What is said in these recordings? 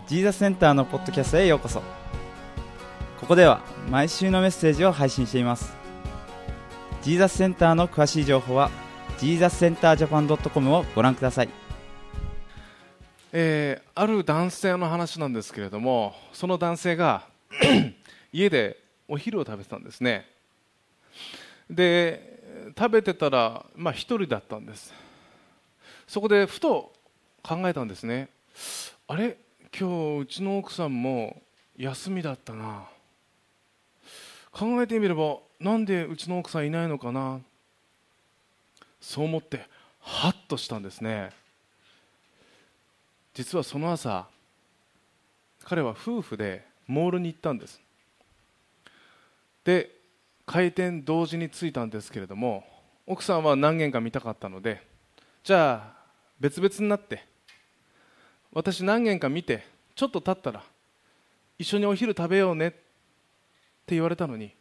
ジーザスセンターのポッドキャストへようこそ。ここでは毎週のメッセージを配信しています。ジーザスセンターの詳しい情報は JesusCenterJapan.com をご覧ください。 ある男性の話なんですけれども、その男性が家でお昼を食べてたんですね。で食べてたら一人だったんです。そこでふと考えたんですね。あれ、今日うちの奥さんも休みだったな。考えてみればなんでうちの奥さんいないのかな。そう思ってハッとしたんですね。実はその朝、彼は夫婦でモールに行ったんです。で開店同時に着いたんですけれども、奥さんは何軒か見たかったので、じゃあ別々になって、私何軒か見てちょっと経ったら一緒にお昼食べようねって言われたのに、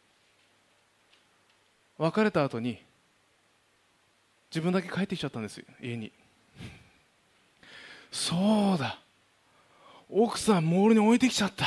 別れた後に自分だけ帰ってきちゃったんですよ、家に。そうだ、奥さんモールに置いてきちゃった。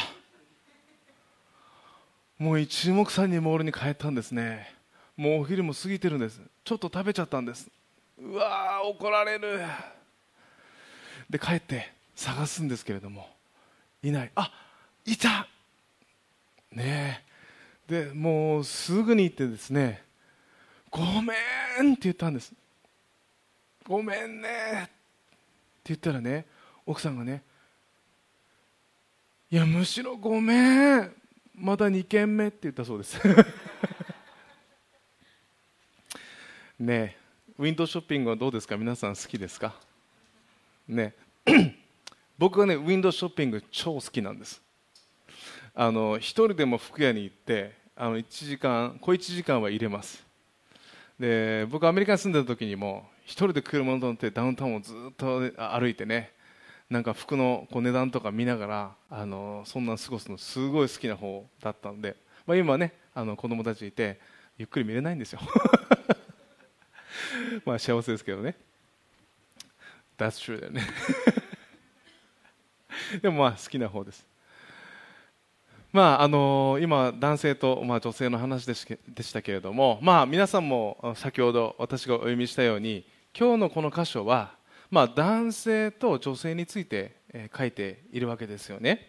もう一目散にモールに帰ったんですね。もうお昼も過ぎてるんです。ちょっと食べちゃったんです。うわー、怒られる。で帰って探すんですけれども、いない。あ、いたねえ。でもうすぐに行ってですね、ごめんって言ったんです。ごめんねって言ったらね、奥さんがね、いやむしろごめん、まだ2軒目って言ったそうですねえ、ウィンドウショッピングはどうですか、皆さん好きですかね。僕はね、ウィンドウショッピング超好きなんです。一人でも服屋に行って小1時間は入れます。で僕アメリカに住んでた時にも一人で車に乗ってダウンタウンをずっと歩いてね、なんか服の値段とか見ながらそんな過ごすのすごい好きな方だったんで、今はね子供たちいてゆっくり見れないんですよ幸せですけどね。 That's true だよねでも好きな方です。今男性と、女性の話でしたけれども、皆さんも先ほど私がお読みしたように、今日のこの箇所は、男性と女性について書いているわけですよね。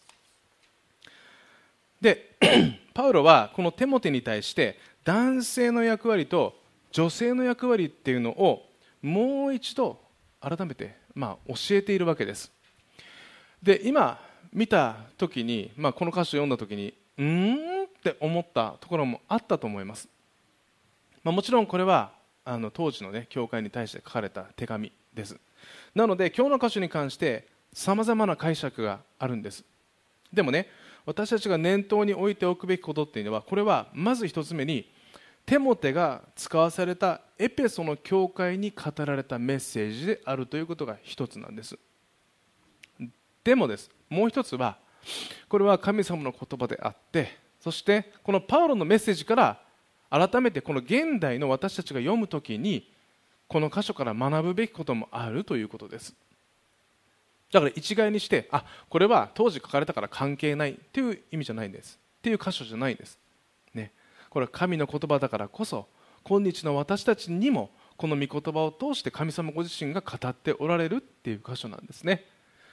でパウロはこのテモテに対して男性の役割と女性の役割っていうのをもう一度改めて教えているわけです。で今見た時に、この歌詞を読んだ時にって思ったところもあったと思います。もちろんこれは当時の、教会に対して書かれた手紙です。なので今日の歌詞に関してさまざまな解釈があるんです。でもね、私たちが念頭に置いておくべきことっていうのは、これはまず一つ目にテモテが使わされたエペソの教会に語られたメッセージであるということが一つなんです。でもです、もう一つはこれは神様の言葉であって、そしてこのパウロのメッセージから改めてこの現代の私たちが読むときにこの箇所から学ぶべきこともあるということです。だから一概にしてこれは当時書かれたから関係ないという意味じゃないんです、っていう箇所じゃないんです、ね、これは神の言葉だからこそ今日の私たちにもこの御言葉を通して神様ご自身が語っておられるっていう箇所なんですね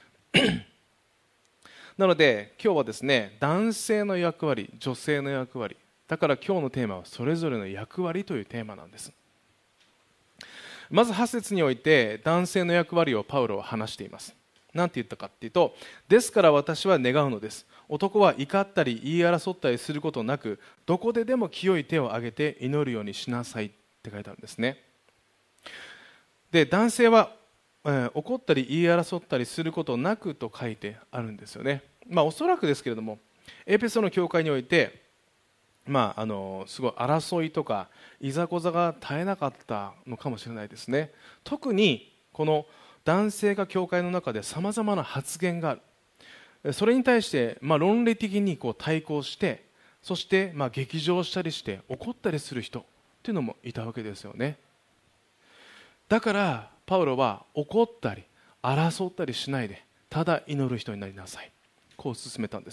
なので今日はですね、男性の役割、女性の役割、だから今日のテーマはそれぞれの役割というテーマなんです。まず8節において男性の役割をパウロは話しています。何て言ったかというと、ですから私は願うのです、男は怒ったり言い争ったりすることなく、どこででも清い手を挙げて祈るようにしなさいって書いてあるんですね。で男性は怒ったり言い争ったりすることなくと書いてあるんですよね。おそらくですけれども、エペソの教会において、すごい争いとかいざこざが絶えなかったのかもしれないですね。特にこの男性が教会の中でさまざまな発言がある。それに対して論理的に対抗して、そして激情したりして怒ったりする人っていうのもいたわけですよね。だからパウロは怒ったり争ったりしないで、 ただ祈る人になりなさい、こう勧めたんです。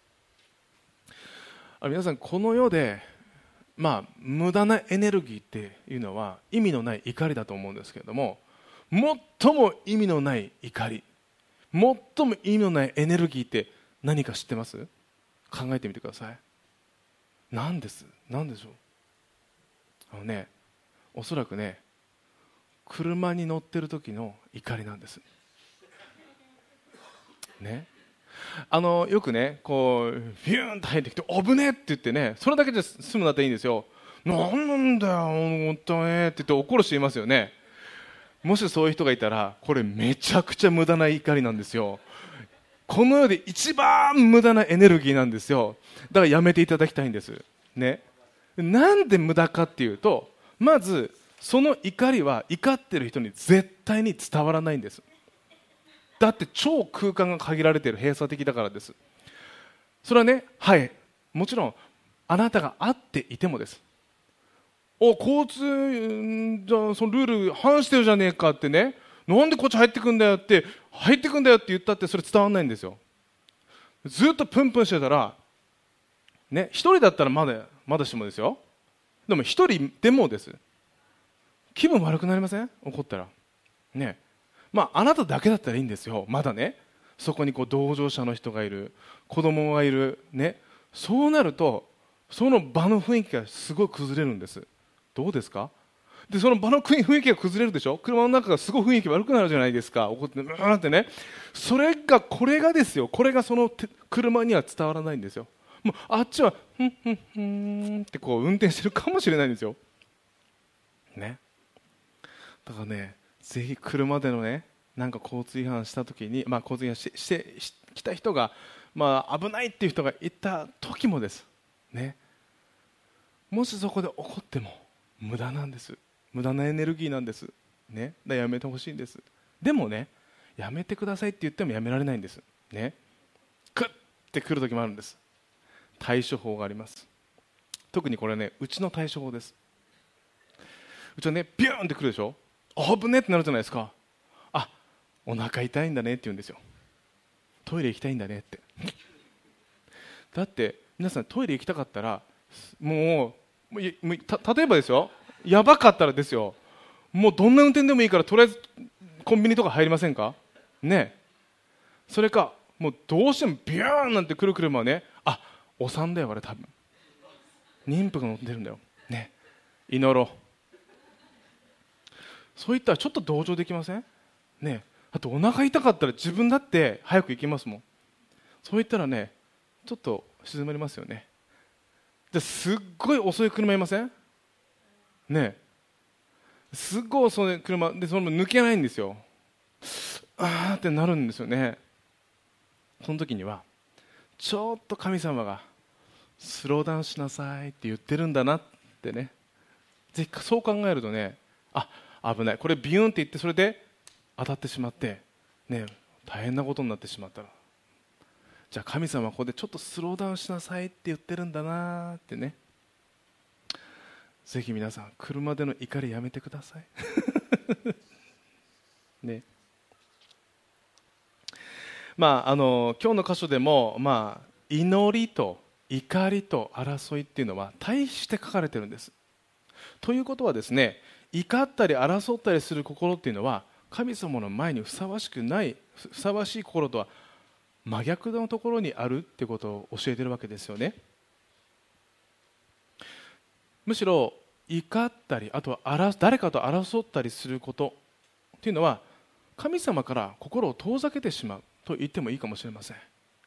皆さん、この世で無駄なエネルギーっていうのは意味のない怒りだと思うんですけれども、最も意味のない怒り、最も意味のないエネルギーって何か知ってます？考えてみてください。何でしょう。おそらくね、車に乗ってる時の怒りなんですね。よくね、こうビューンと入ってきて危ねえって言ってね、それだけで済むんだったらいいんですよ。なんだよもったいねえって言って怒る人いますよね。もしそういう人がいたら、これめちゃくちゃ無駄な怒りなんですよ。この世で一番無駄なエネルギーなんですよ。だからやめていただきたいんですね。なんで無駄かっていうと、まずその怒りは怒ってる人に絶対に伝わらないんです。だって超空間が限られている、閉鎖的だからです。それはね、はい、もちろんあなたが会っていてもです。交通じゃそのルール反してるじゃねえかってね、なんでこっち入ってくんだよって言ったってそれ伝わらないんですよ。ずっとプンプンしてたらね、一人だったらまだしもですよ。でも一人でもです、気分悪くなりません？怒ったらね。あなただけだったらいいんですよ、まだね。そこに同乗者の人がいる、子供がいるね。そうなるとその場の雰囲気がすごい崩れるんです。どうですか？でその場の雰囲気が崩れるでしょ。車の中がすごい雰囲気悪くなるじゃないですか、怒ってってね。これがですよ、これがその車には伝わらないんですよ。もうあっちはふんふんふんって運転してるかもしれないんですよね。だからね、ぜひ車でのね、なんか交通違反した時に、交通違反してきた人が、危ないっていう人がいた時もですね、もしそこで怒っても無駄なんです。無駄なエネルギーなんですね。だからやめてほしいんです。でもね、やめてくださいって言ってもやめられないんですね。クッってくる時もあるんです。対処法があります。特にこれね、うちの対処法です。うちはね、ビューンってくるでしょ。危ねってなるじゃないですか。お腹痛いんだねって言うんですよ。トイレ行きたいんだねってだって皆さん、トイレ行きたかったらもう例えばですよ、やばかったらですよ、もうどんな運転でもいいからとりあえずコンビニとか入りませんかね。それかもうどうしてもビューンなんて来る車はね、お産だよ、あれ多分妊婦が乗ってるんだよね。祈ろう。そういったらちょっと同情できませんね。あとお腹痛かったら自分だって早く行きますもん。そういったらね、ちょっと静まりますよね。すっごい遅い車いませんね。すっごい遅い車でそれも抜けないんですよ。ってなるんですよね。その時にはちょっと神様がスローダウンしなさいって言ってるんだなってね、ぜひそう考えるとね、危ない、これビューンって言ってそれで当たってしまってね、大変なことになってしまったら、じゃあ神様はここでちょっとスローダウンしなさいって言ってるんだなってね。ぜひ皆さん、車での怒りやめてくださいね。今日の箇所でも、祈りと怒りと争いっていうのは対比して書かれているんです。ということはですね、怒ったり争ったりする心っていうのは神様の前にふさわしくない、ふさわしい心とは真逆のところにあるってことを教えているわけですよね。むしろ怒ったり、あとは誰かと争ったりすることっていうのは神様から心を遠ざけてしまうと言ってもいいかもしれません。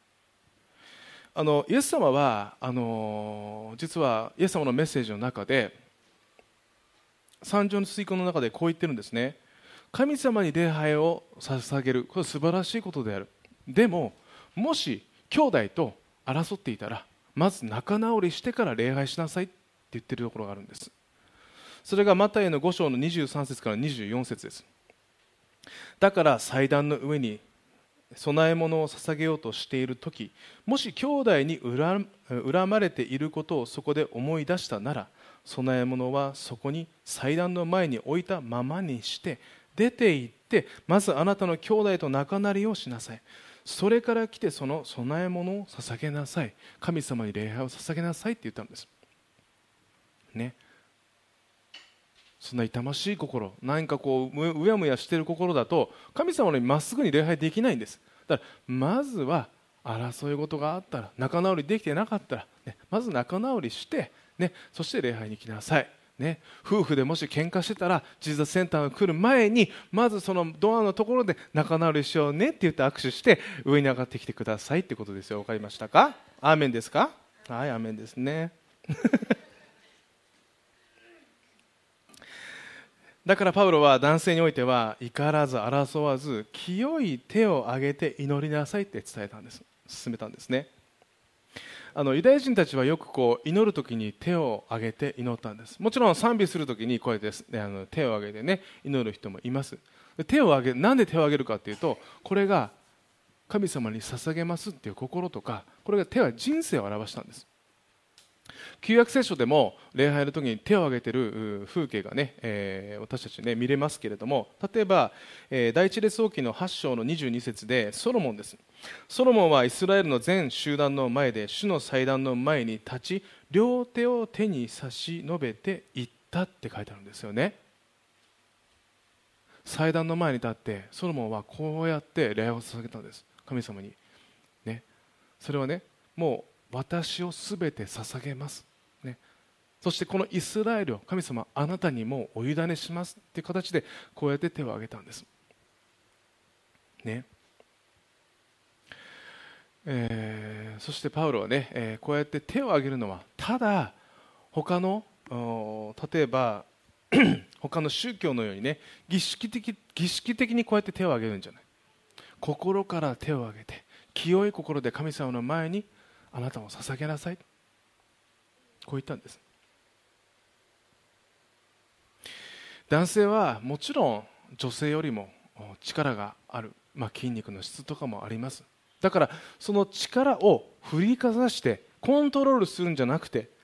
イエス様は実はイエス様のメッセージの中で三条の水訓の中でこう言ってるんですね。神様に礼拝を捧げる、これは素晴らしいことである。でももし兄弟と争っていたらまず仲直りしてから礼拝しなさいって言ってるところがあるんです。それがマタイの5章の23節から24節です。だから祭壇の上に供え物を捧げようとしているとき、もし兄弟に恨まれていることをそこで思い出したなら、供え物はそこに祭壇の前に置いたままにして出て行っってまずあなたの兄弟と仲なりをしなさい。それから来てその供え物を捧げなさい。神様に礼拝を捧げなさいって言ったんですね。そんな痛ましい心、何かこううやむやしている心だと神様にまっすぐに礼拝できないんです。だからまずは争い事があったら、仲直りできてなかったら、まず仲直りして、そして礼拝に来なさい、夫婦でもし喧嘩してたらジーザスセンターが来る前にまずそのドアのところで仲直りしようねって言って握手して上に上がってきてくださいってことですよ。わかりましたか？アーメンですか？はい、アーメンですねだからパウロは男性においては怒らず争わず清い手を挙げて祈りなさいって伝えたんです。進めたんですね。ユダヤ人たちはよく祈るときに手を挙げて祈ったんです。もちろん賛美するときにこうやって手を挙げて祈る人もいます。なんで手を挙げるかというと、これが神様に捧げますっていう心とか、これが手は人生を表したんです。旧約聖書でも礼拝の時に手を挙げている風景が私たち見れますけれども、例えば、第一列王記の8章の22節でソロモンです。ソロモンはイスラエルの全集団の前で主の祭壇の前に立ち、両手を手に差し伸べて言ったって書いてあるんですよね。祭壇の前に立ってソロモンはこうやって礼を捧げたんです、神様に。それはもう私をすべて捧げます、そしてこのイスラエルを神様あなたにもうお委ねしますという形でこうやって手を挙げたんです、そしてパウロはこうやって手を挙げるのはただ他の例えば他の宗教のように儀式的にこうやって手を挙げるんじゃない。心から手を挙げて清い心で神様の前にあなたを捧げなさい、こう言ったんです。男性はもちろん女性よりも力がある、筋肉の質とかもあります。だからその力を振りかざしてコントロールするんじゃなくて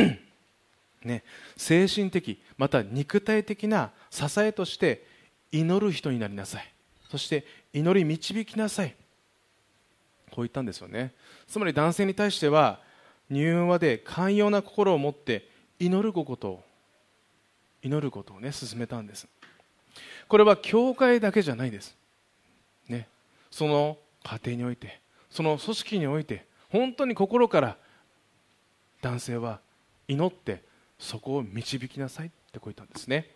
精神的また肉体的な支えとして祈る人になりなさい。そして祈り導きなさい、こう言ったんですよね。つまり男性に対しては柔和で寛容な心を持って祈ることを進めたんです。これは教会だけじゃないです、その家庭において、その組織において本当に心から男性は祈ってそこを導きなさいってこう言ったんですね。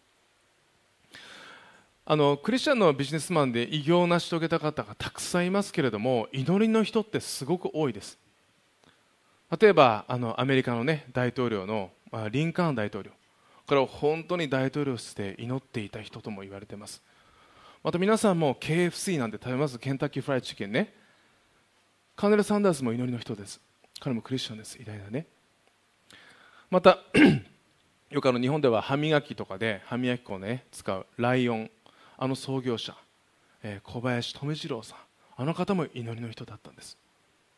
クリスチャンのビジネスマンで偉業を成し遂げた方がたくさんいますけれども、祈りの人ってすごく多いです。例えばアメリカの大統領のリンカーン大統領、これは本当に大統領室で祈っていた人とも言われています。また皆さんも KFC なんて食べます、ケンタッキーフライドチキンね。カーネル・サンダースも祈りの人です。彼もクリスチャンです、偉大なまたよく日本では歯磨きとかで歯磨き粉を使うライオン、創業者、小林富次郎さん、あの方も祈りの人だったんです、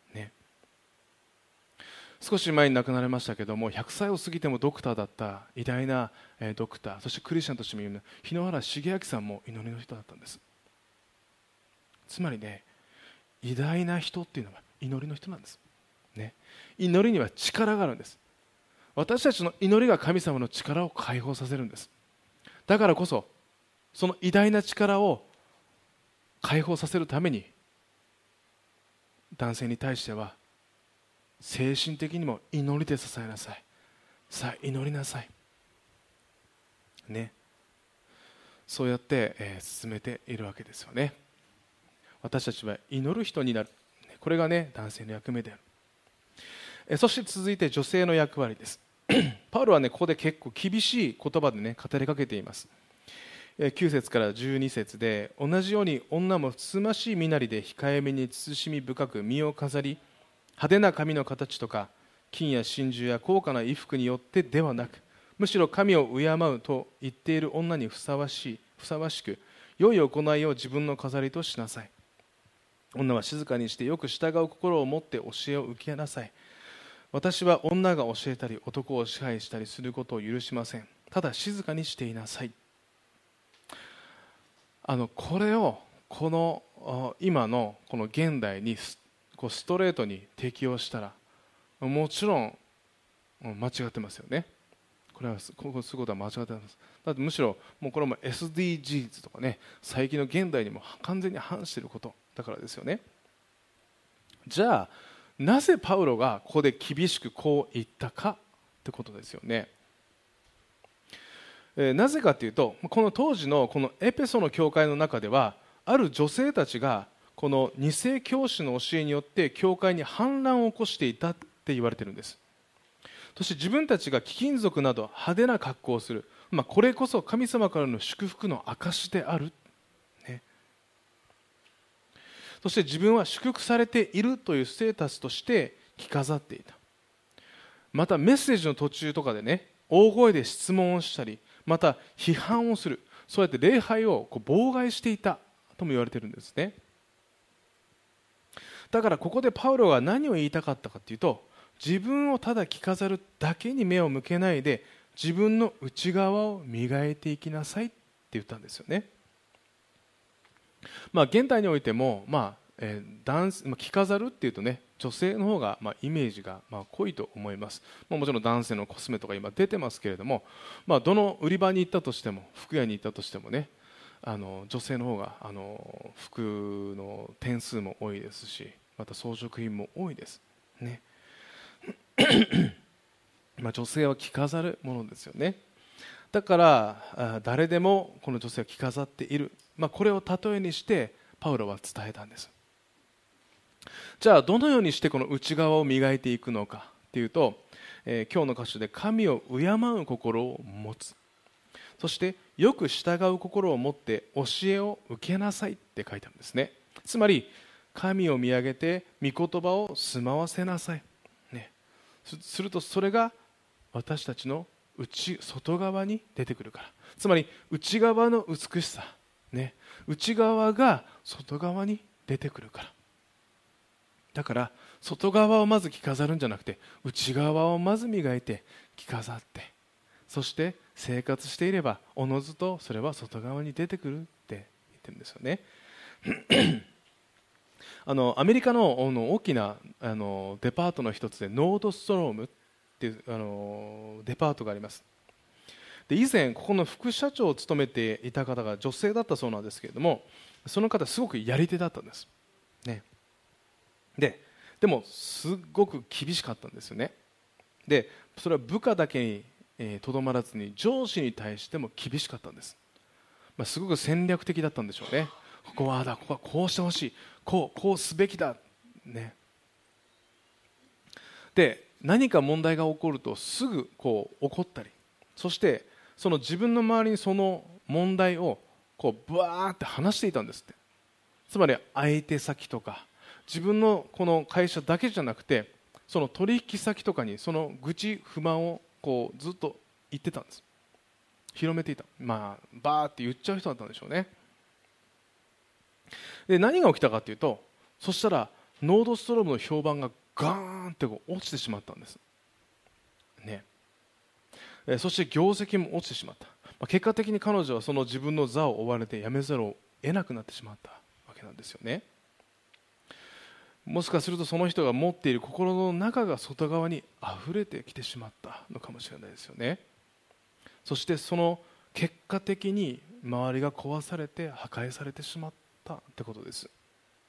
少し前に亡くなられましたけども、100歳を過ぎてもドクターだった偉大なドクター、そしてクリスチャンとしても有名な日野原重明さんも祈りの人だったんです。つまり偉大な人っていうのは祈りの人なんです、祈りには力があるんです。私たちの祈りが神様の力を解放させるんです。だからこそその偉大な力を解放させるために男性に対しては精神的にも祈りで支えなさい、さあ祈りなさい、そうやって、進めているわけですよね。私たちは祈る人になる、これが男性の役目である。そして続いて女性の役割です。パウロはここで結構厳しい言葉で語りかけています。9節から12節で、同じように女もつつましい身なりで控えめに慎み深く身を飾り、派手な髪の形とか金や真珠や高価な衣服によってではなく、むしろ神を敬うと言っている女にふさわしく良い行いを自分の飾りとしなさい。女は静かにしてよく従う心を持って教えを受けなさい。私は女が教えたり男を支配したりすることを許しません。ただ静かにしていなさい。 これをこの今のこの現代にこうストレートに適用したらもちろん間違ってますよね。これはそういうことは間違ってます。だってむしろもうこれも SDGs とかね、最近の現代にも完全に反していることだからですよね。じゃあなぜパウロがここで厳しくこう言ったかってことですよね。なぜかというと、この当時のこのエペソの教会の中ではある女性たちがこの二世教師の教えによって教会に反乱を起こしていたって言われているんです。そして自分たちが貴金属など派手な格好をする、これこそ神様からの祝福の証である、ね、そして自分は祝福されているというステータスとして着飾っていた。またメッセージの途中とかでね、大声で質問をしたり、また批判をする、そうやって礼拝を妨害していたとも言われているんですね。だからここでパウロが何を言いたかったかというと、自分をただ着飾るだけに目を向けないで自分の内側を磨いていきなさいって言ったんですよね。現代においても、着飾るっていうとね、女性の方がイメージが濃いと思います。もちろん男性のコスメとか今出てますけれども、どの売り場に行ったとしても、服屋に行ったとしてもね、女性の方が服の点数も多いですし、また装飾品も多いですね。女性は着飾るものですよね。だから誰でもこの女性は着飾っている、これを例えにしてパウロは伝えたんです。じゃあどのようにしてこの内側を磨いていくのかというと、今日の箇所で神を敬う心を持つ、そしてよく従う心を持って教えを受けなさいって書いてあるんですね。つまり神を見上げて御言葉を住まわせなさい、するとそれが私たちの外側に出てくるから。つまり内側の美しさ、内側が外側に出てくるから。だから外側をまず着飾るんじゃなくて、内側をまず磨いて着飾って、そして生活していればおのずとそれは外側に出てくるって言ってるんですよね。アメリカの大きなデパートの一つでノードストロームっていうデパートがあります。で以前ここの副社長を務めていた方が女性だったそうなんですけれども、その方すごくやり手だったんです、でもすごく厳しかったんですよね。でそれは部下だけにとどまらずに上司に対しても厳しかったんです。すごく戦略的だったんでしょうね。ここはここはこうしてほしい、こうすべきだ、で何か問題が起こるとすぐ怒ったり、そしてその自分の周りにその問題をブワーって話していたんですって。つまり相手先とか自分のこの会社だけじゃなくて、その取引先とかにその愚痴不満をずっと言ってたんです。広めていた、バーって言っちゃう人だったんでしょうね。で何が起きたかというと、そしたらノードストロームの評判がガーンって落ちてしまったんです、そして業績も落ちてしまった。結果的に彼女はその自分の座を追われて辞めざるを得なくなってしまったわけなんですよね。もしかするとその人が持っている心の中が外側に溢れてきてしまったのかもしれないですよね。そしてその結果的に周りが壊されて破壊されてしまったってことです。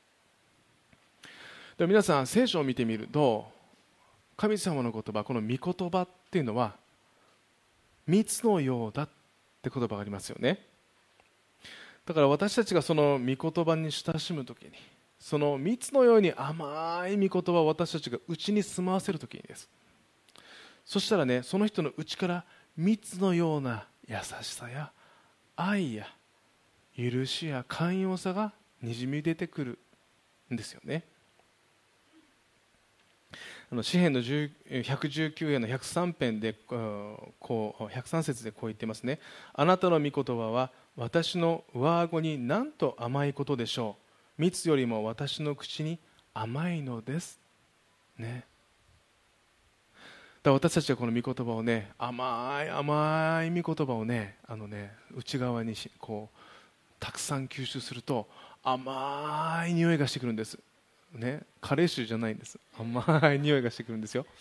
で皆さん聖書を見てみると、神様の言葉、この御言葉っていうのは蜜のようだって言葉がありますよね。だから私たちがその御言葉に親しむときに、その蜜のように甘い御言葉を私たちが内に住まわせるときにです。そしたらね、その人の内から蜜のような優しさや愛や許しや寛容さがにじみ出てくるんですよね。詩編の119編の103編で103節でこう言っていますね。あなたの御言葉は私の上顎になんと甘いことでしょう。蜜よりも私の口に甘いのです、だから私たちはこの御言葉をね、甘い御言葉をね、内側にたくさん吸収すると甘い匂いがしてくるんです、ね、カレー臭じゃないんです。甘い匂いがしてくるんですよ。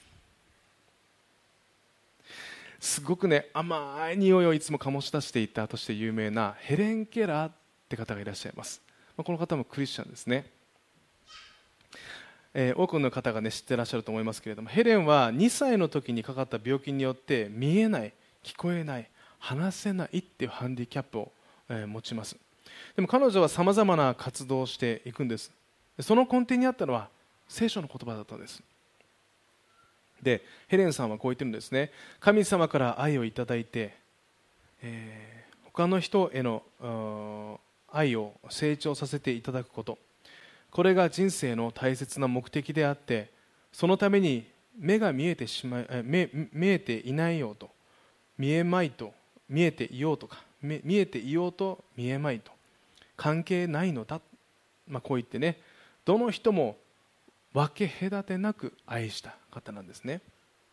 すごくね、甘い匂いをいつも醸し出していたとして有名なヘレン・ケラーって方がいらっしゃいます。この方もクリスチャンですね。多くの方が、ね、知ってらっしゃると思いますけれども、ヘレンは2歳の時にかかった病気によって見えない、聞こえない、話せないっていうハンディキャップを、持ちます。でも彼女はさまざまな活動をしていくんです。その根底にあったのは聖書の言葉だったんです。でヘレンさんはこう言ってるんですね。神様から愛をいただいて、他の人への愛を成長させていただくこと、これが人生の大切な目的であって、そのために目が見えていないようと見えまいと、見えていようとか見えていようと見えまいと関係ないのだ、こう言ってね、どの人も分け隔てなく愛した方なんですね。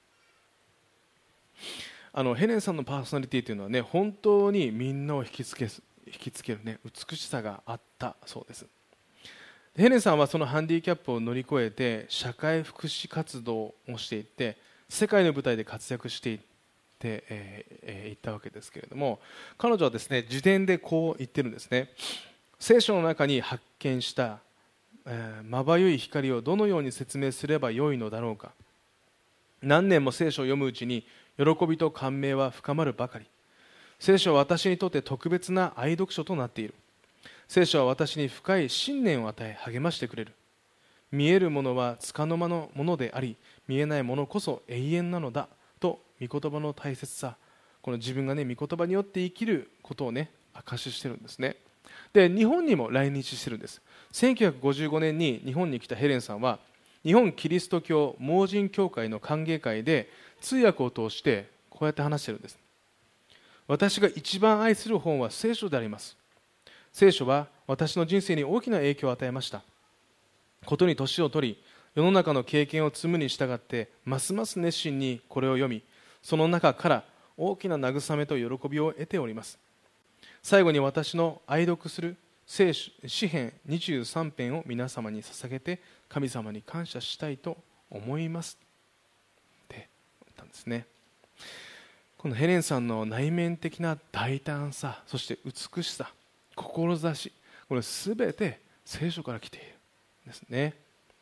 ヘレンさんのパーソナリティというのはね、本当にみんなを引きつける、ね、美しさがあったそうです。ヘレンさんはそのハンディキャップを乗り越えて社会福祉活動をしていって、世界の舞台で活躍していったわけですけれども、彼女はですね、自伝でこう言ってるんですね。聖書の中に発見したまばゆい光をどのように説明すればよいのだろうか。何年も聖書を読むうちに喜びと感銘は深まるばかり。聖書は私にとって特別な愛読書となっている。聖書は私に深い信念を与え励ましてくれる。見えるものは束の間のものであり、見えないものこそ永遠なのだと、御言葉の大切さ、この自分がね、御言葉によって生きることをね、証ししてるんですね。で日本にも来日してるんです。1955年に日本に来たヘレンさんは、日本キリスト教盲人協会の歓迎会で通訳を通してこうやって話しているんです。私が一番愛する本は聖書であります。聖書は私の人生に大きな影響を与えました。ことに年を取り、世の中の経験を積むに従ってますます熱心にこれを読み、その中から大きな慰めと喜びを得ております。最後に私の愛読する詩編23編を皆様に捧げて神様に感謝したいと思いますって言ったんですね。このヘレンさんの内面的な大胆さ、そして美しさ、志、これ全て聖書から来ているんですね。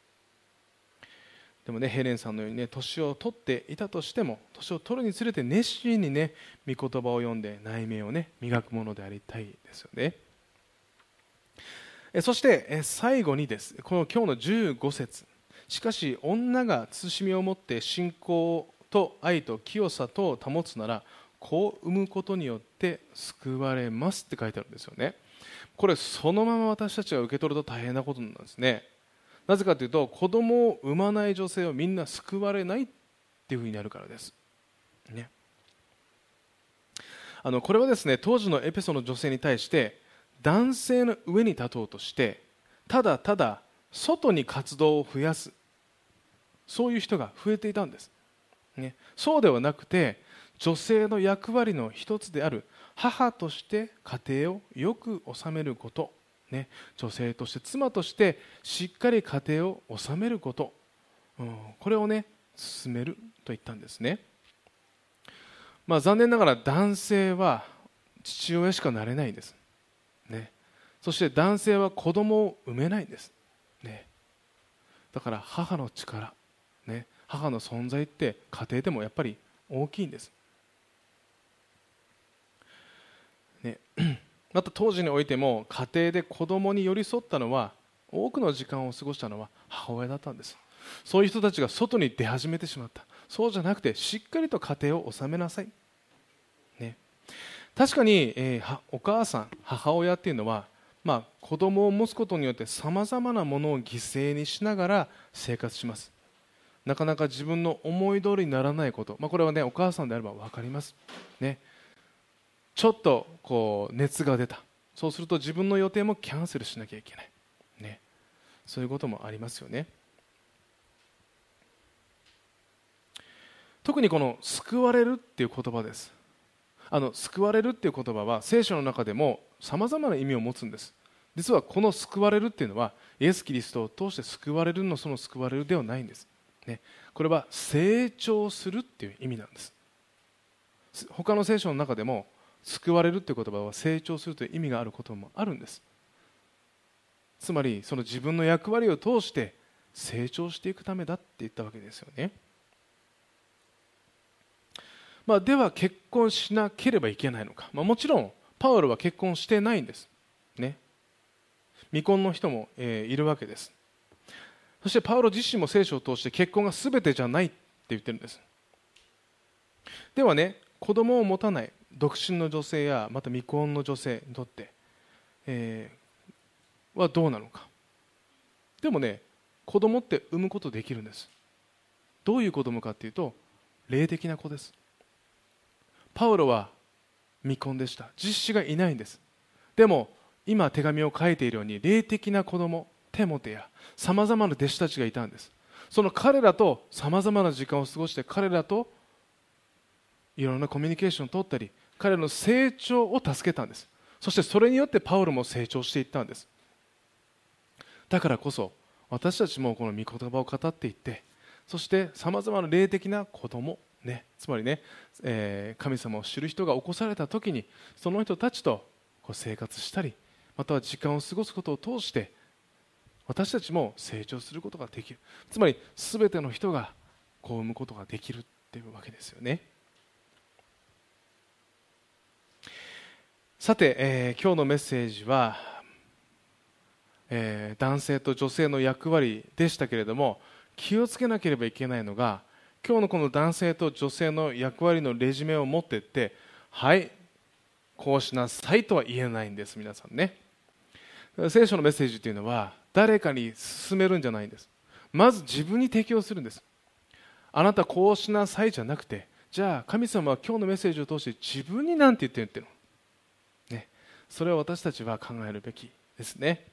でもね、ヘレンさんのようにね、年を取っていたとしても、年を取るにつれて熱心にね、御言葉を読んで内面をね、磨くものでありたいですよね。そして最後にです、この今日の15節、しかし女が慎みを持って信仰と愛と清さとを保つなら、子を産むことによって救われますって書いてあるんですよね。これそのまま私たちが受け取ると大変なことなんですね。なぜかというと、子供を産まない女性はみんな救われないっていうふうになるからです、ね。これはですね、当時のエペソの女性に対して男性の上に立とうとしてただただ外に活動を増やす、そういう人が増えていたんです、ね。そうではなくて、女性の役割の一つである母として家庭をよく治めること、ね、女性として妻としてしっかり家庭を治めること、これをね進めると言ったんですね。残念ながら男性は父親しかなれないんです、ね。そして男性は子供を産めないんです、ね。だから母の力、ね、母の存在って家庭でもやっぱり大きいんです、ね。また当時においても家庭で子供に寄り添ったのは、多くの時間を過ごしたのは母親だったんです。そういう人たちが外に出始めてしまった。そうじゃなくて、しっかりと家庭を治めなさい、ね。確かに、お母さん、母親っていうのは、子供を持つことによってさまざまなものを犠牲にしながら生活します。なかなか自分の思い通りにならないこと、これはね、お母さんであれば分かります、ね。ちょっと熱が出た、そうすると自分の予定もキャンセルしなきゃいけない、ね。そういうこともありますよね。特にこの救われるっていう言葉です。救われるっていう言葉は聖書の中でもさまざまな意味を持つんです。実はこの救われるっていうのはイエス・キリストを通して救われるのその救われるではないんです、ね、これは成長するっていう意味なんです。他の聖書の中でも救われるという言葉は成長するという意味があることもあるんです。つまりその自分の役割を通して成長していくためだって言ったわけですよね。では結婚しなければいけないのか。もちろんパウロは結婚してないんです、ね、未婚の人も、いるわけです。そしてパウロ自身も聖書を通して結婚が全てじゃないって言ってるんです。ではね、子供を持たない独身の女性やまた未婚の女性にとって、はどうなのか。でもね、子供って産むことできるんです。どういう子供かっていうと霊的な子です。パウロは未婚でした。実子がいないんです。でも今手紙を書いているように霊的な子供テモテやさまざまな弟子たちがいたんです。その彼らとさまざまな時間を過ごして彼らといろんなコミュニケーションを取ったり彼らの成長を助けたんです。そしてそれによってパウロも成長していったんです。だからこそ私たちもこの御言葉を語っていってそしてさまざまな霊的な子供ね、つまりね、神様を知る人が起こされた時にその人たちと生活したりまたは時間を過ごすことを通して私たちも成長することができる。つまり全ての人が子を産むことができるっていうわけですよね。さて、今日のメッセージは、男性と女性の役割でしたけれども、気をつけなければいけないのが今日のこの男性と女性の役割のレジュメを持っていってはいこうしなさいとは言えないんです。皆さんね、聖書のメッセージというのは誰かに勧めるんじゃないんです。まず自分に適用するんです。あなたこうしなさいじゃなくて、じゃあ神様は今日のメッセージを通して自分に何て言ってるの、ね、それを私たちは考えるべきですね。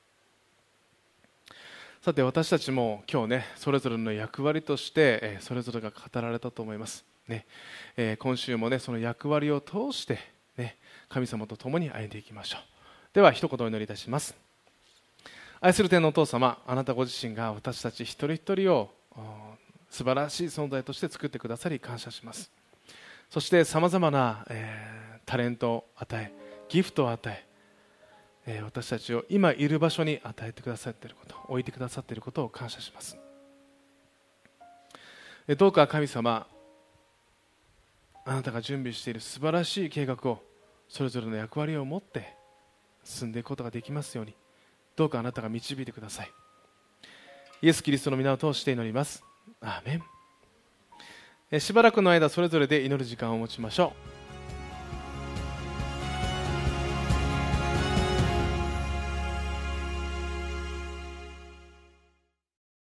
さて私たちも今日ねそれぞれの役割としてそれぞれが語られたと思います、ね。今週もねその役割を通して、ね、神様と共に歩んでいきましょう。では一言お祈りいたします。愛する天のお父様、あなたご自身が私たち一人一人を素晴らしい存在として作ってくださり感謝します。そしてさまざまな、タレントを与えギフトを与え私たちを今いる場所に与えてくださっていること、置いてくださっていることを感謝します。どうか神様、あなたが準備している素晴らしい計画をそれぞれの役割を持って進んでいくことができますように、どうかあなたが導いてください。イエス・キリストの皆を通して祈ります。アーメン。しばらくの間それぞれで祈る時間を持ちましょう。